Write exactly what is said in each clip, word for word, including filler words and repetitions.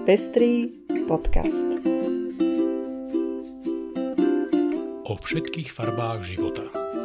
Pestrý podcast. O všetkých farbách života.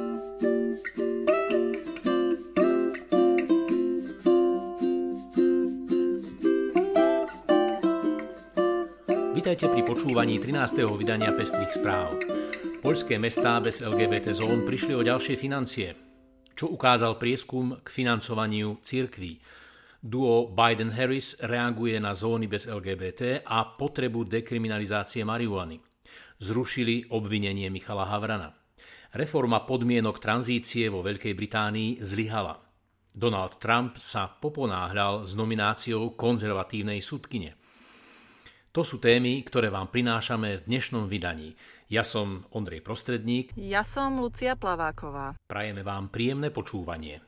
Vitajte pri počúvaní trinásteho vydania Pestrých správ. Poľské mestá bez el gé bé té zón prišli o ďalšie financie. Čo ukázal prieskum k financovaniu cirkví? Duo Biden-Harris reaguje na zóny bez el gé bé té a potrebu dekriminalizácie marihuany. Zrušili obvinenie Michala Havrana. Reforma podmienok tranzície vo Veľkej Británii zlyhala. Donald Trump sa poponáhľal s nomináciou konzervatívnej sudkyne. To sú témy, ktoré vám prinášame v dnešnom vydaní. Ja som Ondrej Prostredník. Ja som Lucia Plaváková. Prajeme vám príjemné počúvanie.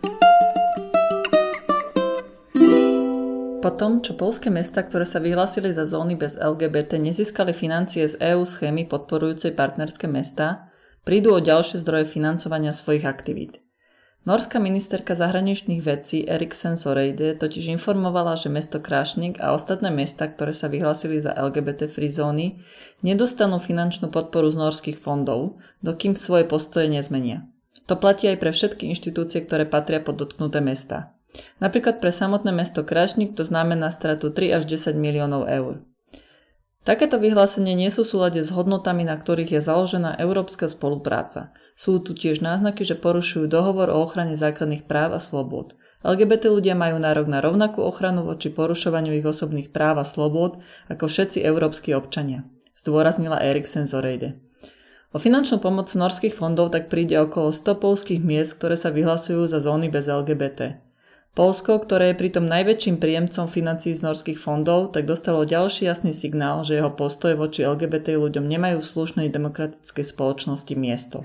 Po tom, čo poľské mestá, ktoré sa vyhlásili za zóny bez el gé bé té, nezískali financie z é ú schémy podporujúcej partnerské mestá, prídu o ďalšie zdroje financovania svojich aktivít. Norská ministerka zahraničných vecí Eriksen Søreide totiž informovala, že mesto Krašník a ostatné mestá, ktoré sa vyhlásili za el gé bé té free zóny, nedostanú finančnú podporu z norských fondov, dokým svoje postoje nezmenia. To platí aj pre všetky inštitúcie, ktoré patria pod dotknuté mestá. Napríklad pre samotné mesto Krašník to znamená stratu tri až desať miliónov eur. Takéto vyhlásenie nie sú v súlade s hodnotami, na ktorých je založená európska spolupráca. Sú tu tiež náznaky, že porušujú dohovor o ochrane základných práv a slobôd. el gé bé té ľudia majú nárok na rovnakú ochranu voči porušovaniu ich osobných práv a slobôd ako všetci európski občania, zdôraznila Eriksen Søreide. O finančnú pomoc norských fondov tak príde okolo sto poľských miest, ktoré sa vyhlasujú za zóny bez el gé bé té. Poľsko, ktoré je pritom najväčším príjemcom financií z norských fondov, tak dostalo ďalší jasný signál, že jeho postoje voči el gé bé té ľuďom nemajú v slušnej demokratickej spoločnosti miesto.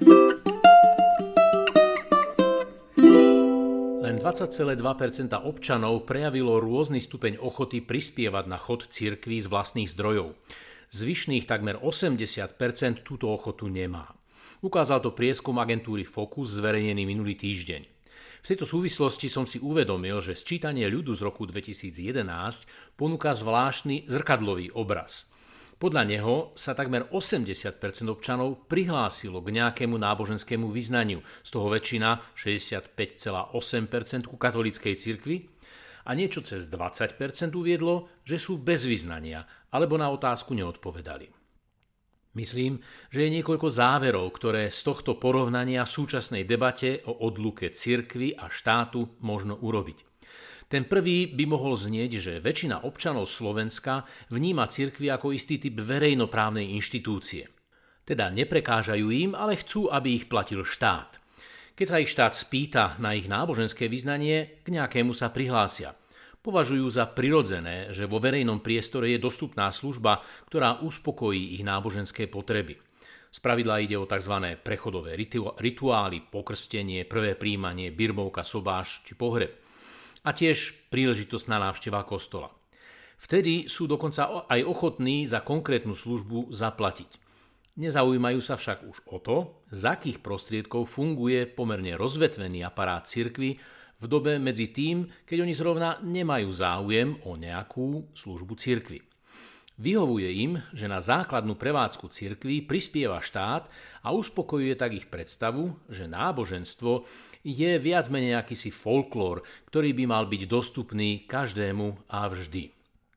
Len dvadsať celé dva percenta občanov prejavilo rôzny stupeň ochoty prispievať na chod cirkví z vlastných zdrojov. Zvyšných takmer osemdesiat percent túto ochotu nemá. Ukázal to prieskum agentúry Focus zverejnený minulý týždeň. V tejto súvislosti som si uvedomil, že sčítanie ľudu z roku dvetisícjedenásť ponúka zvláštny zrkadlový obraz. Podľa neho sa takmer osemdesiat percent občanov prihlásilo k nejakému náboženskému vyznaniu, z toho väčšina šesťdesiatpäť celá osem percent ku katolíckej cirkvi a niečo cez dvadsať percent uviedlo, že sú bez vyznania alebo na otázku neodpovedali. Myslím, že je niekoľko záverov, ktoré z tohto porovnania v súčasnej debate o odluke cirkvi a štátu možno urobiť. Ten prvý by mohol znieť, že väčšina občanov Slovenska vníma cirkvi ako istý typ verejnoprávnej inštitúcie. Teda neprekážajú im, ale chcú, aby ich platil štát. Keď sa ich štát spýta na ich náboženské vyznanie, k nejakému sa prihlásia. Považujú za prirodzené, že vo verejnom priestore je dostupná služba, ktorá uspokojí ich náboženské potreby. Spravidla ide o tzv. Prechodové rituály, pokrstenie, prvé prijímanie, birmovka, sobáš či pohreb. A tiež príležitostná návšteva kostola. Vtedy sú dokonca aj ochotní za konkrétnu službu zaplatiť. Nezaujímajú sa však už o to, z akých prostriedkov funguje pomerne rozvetvený aparát cirkvi v dobe medzi tým, keď oni zrovna nemajú záujem o nejakú službu cirkvi. Vyhovuje im, že na základnú prevádzku cirkvi prispieva štát a uspokojuje tak ich predstavu, že náboženstvo je viac menej akýsi folklór, ktorý by mal byť dostupný každému a vždy.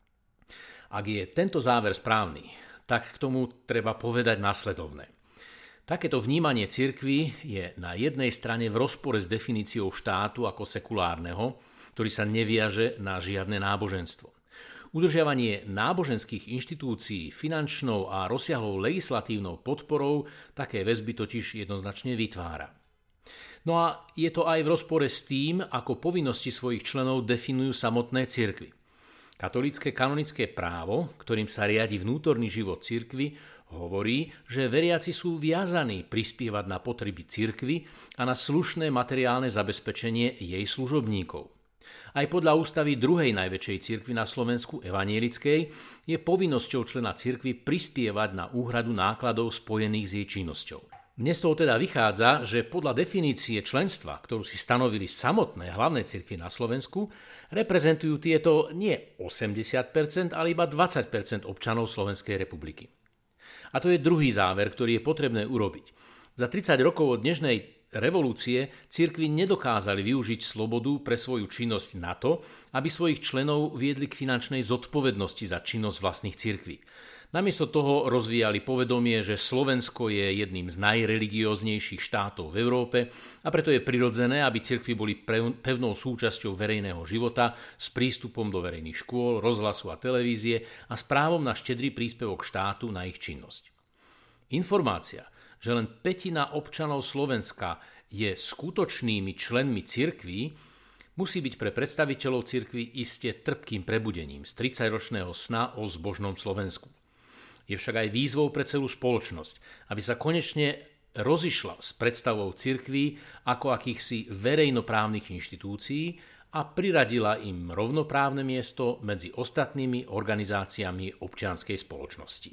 Ak je tento záver správny, tak k tomu treba povedať nasledovné. Takéto vnímanie cirkvi je na jednej strane v rozpore s definíciou štátu ako sekulárneho, ktorý sa neviaže na žiadne náboženstvo. Udržiavanie náboženských inštitúcií finančnou a rozsiahlou legislatívnou podporou také väzby totiž jednoznačne vytvára. No a je to aj v rozpore s tým, ako povinnosti svojich členov definujú samotné cirkvi. Katolícke kanonické právo, ktorým sa riadi vnútorný život cirkvi, hovorí, že veriaci sú viazaní prispievať na potreby cirkvi a na slušné materiálne zabezpečenie jej služobníkov. Aj podľa ústavy druhej najväčšej cirkvi na Slovensku, evanjelickej, je povinnosťou člena cirkvi prispievať na úhradu nákladov spojených s jej činnosťou. Mne z toho teda vychádza, že podľa definície členstva, ktorú si stanovili samotné hlavné cirkvi na Slovensku, reprezentujú tieto nie osemdesiat percent, ale iba dvadsať percent občanov Slovenskej republiky. A to je druhý záver, ktorý je potrebné urobiť. Za tridsať rokov od dnešnej revolúcie cirkvi nedokázali využiť slobodu pre svoju činnosť na to, aby svojich členov viedli k finančnej zodpovednosti za činnosť vlastných cirkví. Namiesto toho rozvíjali povedomie, že Slovensko je jedným z najreligióznejších štátov v Európe a preto je prirodzené, aby cirkvi boli pevnou súčasťou verejného života s prístupom do verejných škôl, rozhlasu a televízie a s právom na štedrý príspevok štátu na ich činnosť. Informácia, že len pätina občanov Slovenska je skutočnými členmi cirkví, musí byť pre predstaviteľov cirkvi iste trpkým prebudením z tridsaťročného sna o zbožnom Slovensku. Je však aj výzvou pre celú spoločnosť, aby sa konečne rozišla s predstavou cirkví ako akýchsi verejnoprávnych inštitúcií a priradila im rovnoprávne miesto medzi ostatnými organizáciami občianskej spoločnosti.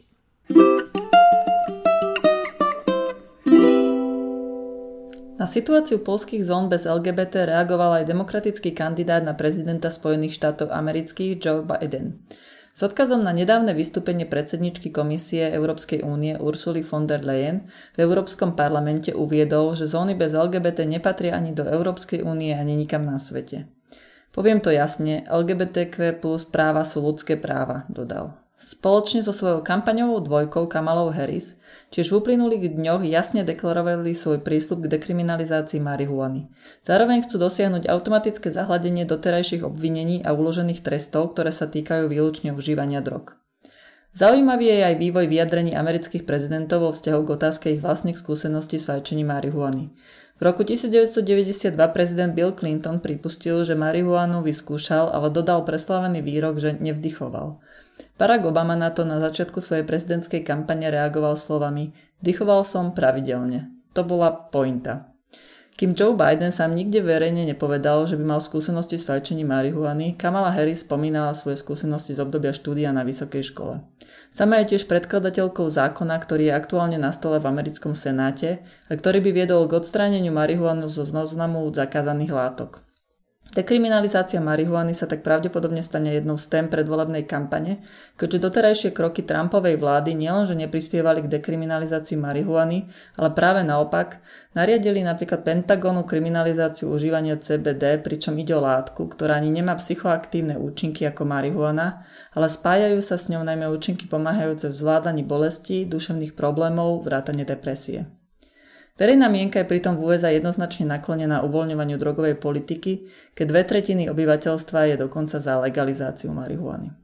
Na situáciu poľských zón bez el gé bé té reagoval aj demokratický kandidát na prezidenta Spojených štátov amerických Joe Biden. S odkazom na nedávne vystúpenie predsedničky Komisie Európskej únie Ursuly von der Leyen v Európskom parlamente uviedol, že zóny bez el gé bé té nepatria ani do Európskej únie ani nikam na svete. Poviem to jasne, el gé bé té kvé plus práva sú ľudské práva, dodal. Spoločne so svojou kampaňovou dvojkou Kamalou Harris tiež v uplynulých dňoch jasne deklarovali svoj prístup k dekriminalizácii marihuany. Zároveň chcú dosiahnuť automatické zahladenie doterajších obvinení a uložených trestov, ktoré sa týkajú výlučne užívania drog. Zaujímavý je aj vývoj vyjadrení amerických prezidentov vo vzťahu k otázke ich vlastných skúseností s fajčením marihuany. V roku devätnásťstodeväťdesiatdva prezident Bill Clinton pripustil, že marihuanu vyskúšal, ale dodal preslavený výrok, že nevdychoval. Barack Obama na to na začiatku svojej prezidentskej kampane reagoval slovami "Vdychoval som pravidelne". To bola pointa. Kým Joe Biden sám nikde verejne nepovedal, že by mal skúsenosti s fajčením marihuany, Kamala Harris spomínala svoje skúsenosti z obdobia štúdia na vysokej škole. Sama je tiež predkladateľkou zákona, ktorý je aktuálne na stole v americkom senáte a ktorý by viedol k odstráneniu marihuanu zo zoznamu zakázaných látok. Dekriminalizácia marihuany sa tak pravdepodobne stane jednou z tém predvolebnej kampane, keďže doterajšie kroky Trumpovej vlády nielenže neprispievali k dekriminalizácii marihuany, ale práve naopak nariadili napríklad Pentagonu kriminalizáciu užívania cé bé dé, pričom ide o látku, ktorá ani nemá psychoaktívne účinky ako marihuana, ale spájajú sa s ňou najmä účinky pomáhajúce v zvládaní bolestí, duševných problémov, vrátane depresie. Verejná mienka je pritom v ú es á jednoznačne naklonená uvoľňovaniu drogovej politiky, keď dve tretiny obyvateľstva je dokonca za legalizáciu marihuany.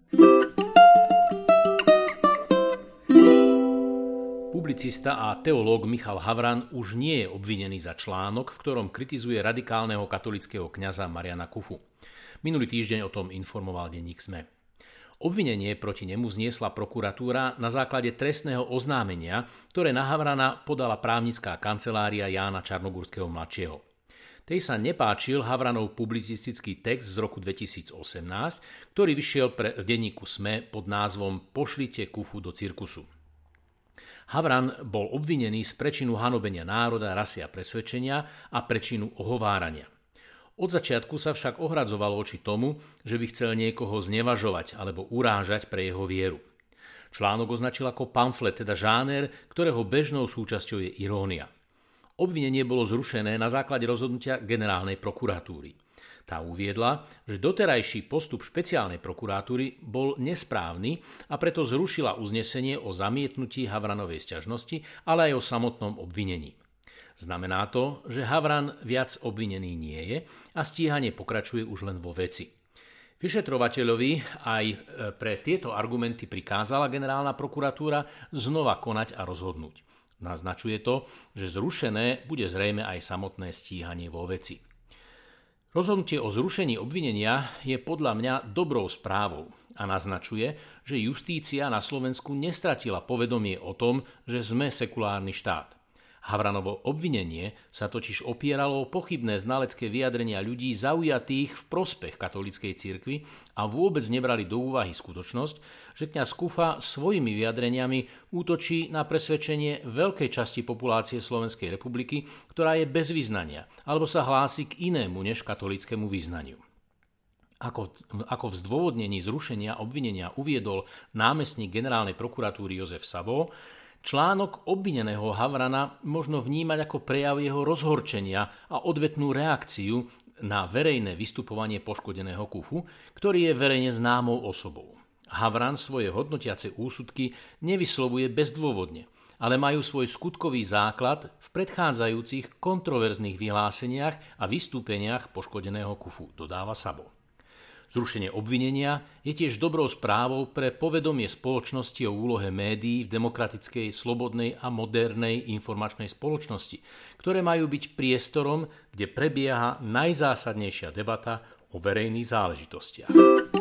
Publicista a teológ Michal Havran už nie je obvinený za článok, v ktorom kritizuje radikálneho katolického kňaza Mariana Kufu. Minulý týždeň o tom informoval denník es em e. Obvinenie proti nemu zniesla prokuratúra na základe trestného oznámenia, ktoré na Havrana podala právnická kancelária Jána Čarnogurského mladšieho. Tej sa nepáčil Havranov publicistický text z roku dvetisícosemnásť, ktorý vyšiel pre denníku es em e pod názvom Pošlite Kufu do cirkusu. Havran bol obvinený z prečinu hanobenia národa, rasy a presvedčenia a prečinu ohovárania. Od začiatku sa však ohradzoval voči tomu, že by chcel niekoho znevažovať alebo urážať pre jeho vieru. Článok označil ako pamflet, teda žáner, ktorého bežnou súčasťou je irónia. Obvinenie bolo zrušené na základe rozhodnutia generálnej prokuratúry. Tá uviedla, že doterajší postup špeciálnej prokuratúry bol nesprávny a preto zrušila uznesenie o zamietnutí Havranovej sťažnosti, ale aj o samotnom obvinení. Znamená to, že Havran viac obvinený nie je a stíhanie pokračuje už len vo veci. Vyšetrovateľovi aj pre tieto argumenty prikázala generálna prokuratúra znova konať a rozhodnúť. Naznačuje to, že zrušené bude zrejme aj samotné stíhanie vo veci. Rozhodnutie o zrušení obvinenia je podľa mňa dobrou správou a naznačuje, že justícia na Slovensku nestratila povedomie o tom, že sme sekulárny štát. Havranovo obvinenie sa totiž opieralo o pochybné znalecké vyjadrenia ľudí zaujatých v prospech katolíckej cirkvi a vôbec nebrali do úvahy skutočnosť, že kňaz Kufa svojimi vyjadreniami útočí na presvedčenie veľkej časti populácie Slovenskej republiky, ktorá je bez vyznania alebo sa hlási k inému než katolíckemu vyznaniu. Ako, ako v zdôvodnení zrušenia obvinenia uviedol námestník generálnej prokuratúry Jozef Sabo, článok obvineného Havrana možno vnímať ako prejav jeho rozhorčenia a odvetnú reakciu na verejné vystupovanie poškodeného Kufu, ktorý je verejne známou osobou. Havran svoje hodnotiace úsudky nevyslovuje bezdôvodne, ale majú svoj skutkový základ v predchádzajúcich kontroverzných vyhláseniach a vystúpeniach poškodeného Kufu, dodáva Sabo. Zrušenie obvinenia je tiež dobrou správou pre povedomie spoločnosti o úlohe médií v demokratickej, slobodnej a modernej informačnej spoločnosti, ktoré majú byť priestorom, kde prebieha najzásadnejšia debata o verejných záležitostiach.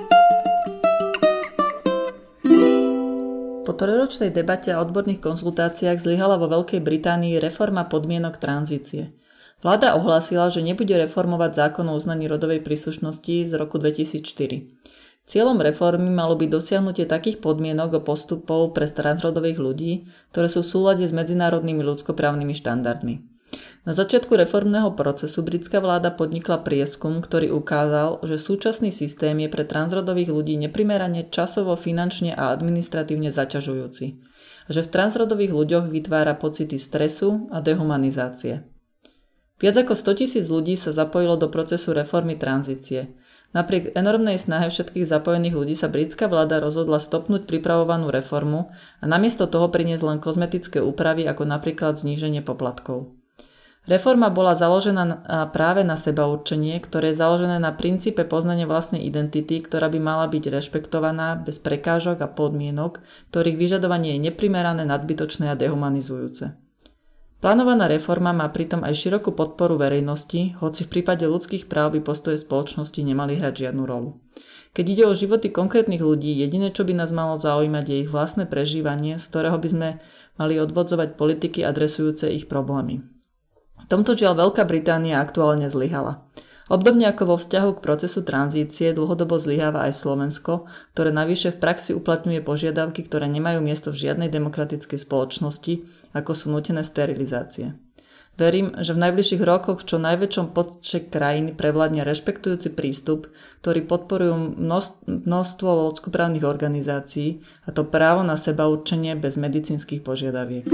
Po trojročnej debate a odborných konzultáciách zlyhala vo Veľkej Británii reforma podmienok tranzície. Vláda ohlásila, že nebude reformovať zákon o uznaní rodovej príslušnosti z roku dvetisícštyri. Cieľom reformy malo byť dosiahnutie takých podmienok a postupov pre transrodových ľudí, ktoré sú v súlade s medzinárodnými ľudskoprávnymi štandardmi. Na začiatku reformného procesu britská vláda podnikla prieskum, ktorý ukázal, že súčasný systém je pre transrodových ľudí neprimerane časovo, finančne a administratívne zaťažujúci a že v transrodových ľuďoch vytvára pocity stresu a dehumanizácie. Viac ako stotisíc ľudí sa zapojilo do procesu reformy tranzície. Napriek enormnej snahe všetkých zapojených ľudí sa britská vláda rozhodla stopnúť pripravovanú reformu a namiesto toho priniesť len kozmetické úpravy ako napríklad zníženie poplatkov. Reforma bola založená práve na sebaurčenie, ktoré je založené na princípe poznania vlastnej identity, ktorá by mala byť rešpektovaná bez prekážok a podmienok, ktorých vyžadovanie je neprimerané, nadbytočné a dehumanizujúce. Plánovaná reforma má pritom aj širokú podporu verejnosti, hoci v prípade ľudských práv by postoje spoločnosti nemali hrať žiadnu rolu. Keď ide o životy konkrétnych ľudí, jediné, čo by nás malo zaujímať, je ich vlastné prežívanie, z ktorého by sme mali odvodzovať politiky adresujúce ich problémy. V tomto žiaľ Veľká Británia aktuálne zlyhala. Obdobne ako vo vzťahu k procesu tranzície dlhodobo zlyháva aj Slovensko, ktoré navyše v praxi uplatňuje požiadavky, ktoré nemajú miesto v žiadnej demokratickej spoločnosti, ako sú nútené sterilizácie. Verím, že v najbližších rokoch v čo najväčšom počte krajín prevládne rešpektujúci prístup, ktorý podporujú množstvo ľudskoprávnych organizácií, a to právo na sebaurčenie bez medicínskych požiadaviek.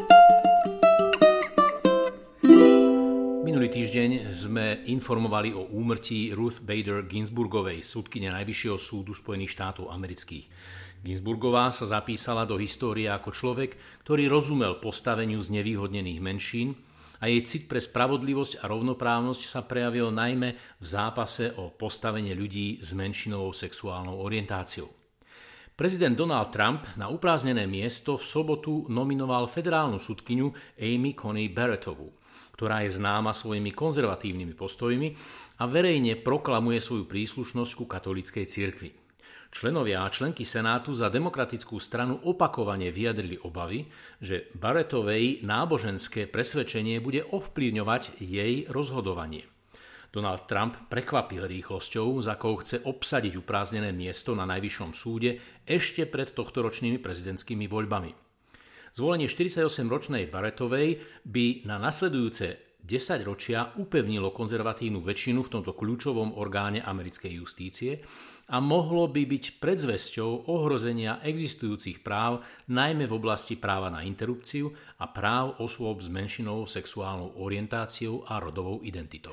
Minulý týždeň sme informovali o úmrtí Ruth Bader Ginsburgovej, sudkyne Najvyššieho súdu Spojených štátov amerických. Ginsburgová sa zapísala do histórie ako človek, ktorý rozumel postaveniu znevýhodnených menšín a jej cit pre spravodlivosť a rovnoprávnosť sa prejavil najmä v zápase o postavenie ľudí s menšinovou sexuálnou orientáciou. Prezident Donald Trump na upráznené miesto v sobotu nominoval federálnu sudkyňu Amy Coney Barrettovú, ktorá je známa svojimi konzervatívnymi postojmi a verejne proklamuje svoju príslušnosť ku katolíckej cirkvi. Členovia a členky Senátu za demokratickú stranu opakovane vyjadrili obavy, že Barrettovej náboženské presvedčenie bude ovplyvňovať jej rozhodovanie. Donald Trump prekvapil rýchlosťou, za akou chce obsadiť upráznené miesto na Najvyššom súde ešte pred tohtoročnými prezidentskými voľbami. Zvolenie štyridsaťosemročnej Barrettovej by na nasledujúce desaťročia upevnilo konzervatívnu väčšinu v tomto kľúčovom orgáne americkej justície a mohlo by byť predzvesťou ohrozenia existujúcich práv, najmä v oblasti práva na interrupciu a práv osôb s menšinovou sexuálnou orientáciou a rodovou identitou.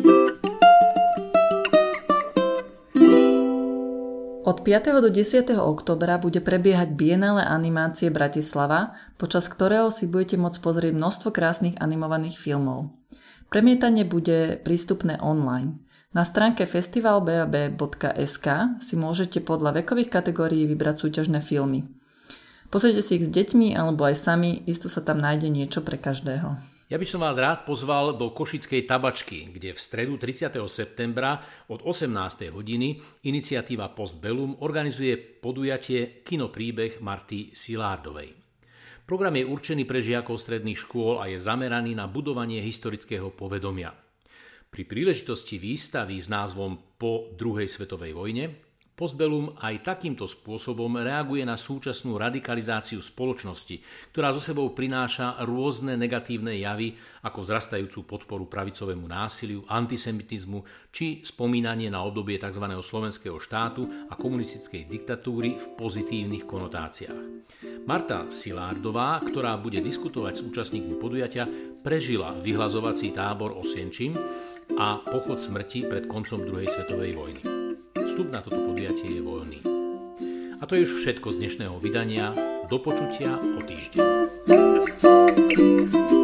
Od piateho do desiateho októbra bude prebiehať Biennále animácie Bratislava, počas ktorého si budete môcť pozrieť množstvo krásnych animovaných filmov. Premietanie bude prístupné online. Na stránke festival b a b bodka es ká si môžete podľa vekových kategórií vybrať súťažné filmy. Pozrite si ich s deťmi alebo aj sami, isto sa tam nájde niečo pre každého. Ja by som vás rád pozval do Košickej Tabačky, kde v stredu tridsiateho septembra od osemnástej hodiny iniciatíva Postbellum organizuje podujatie Kinopríbeh Marty Silárdovej. Program je určený pre žiakov stredných škôl a je zameraný na budovanie historického povedomia. Pri príležitosti výstavy s názvom Po druhej svetovej vojne Postbellum aj takýmto spôsobom reaguje na súčasnú radikalizáciu spoločnosti, ktorá so sebou prináša rôzne negatívne javy ako vzrastajúcu podporu pravicovému násiliu, antisemitizmu či spomínanie na obdobie tzv. Slovenského štátu a komunistickej diktatúry v pozitívnych konotáciách. Marta Silárdová, ktorá bude diskutovať s účastníkmi podujatia, prežila vyhlazovací tábor Osvienčim a pochod smrti pred koncom druhej svetovej vojny. Vstup na toto podujatie je voľný. A to je už všetko z dnešného vydania. Do počutia o týždeň.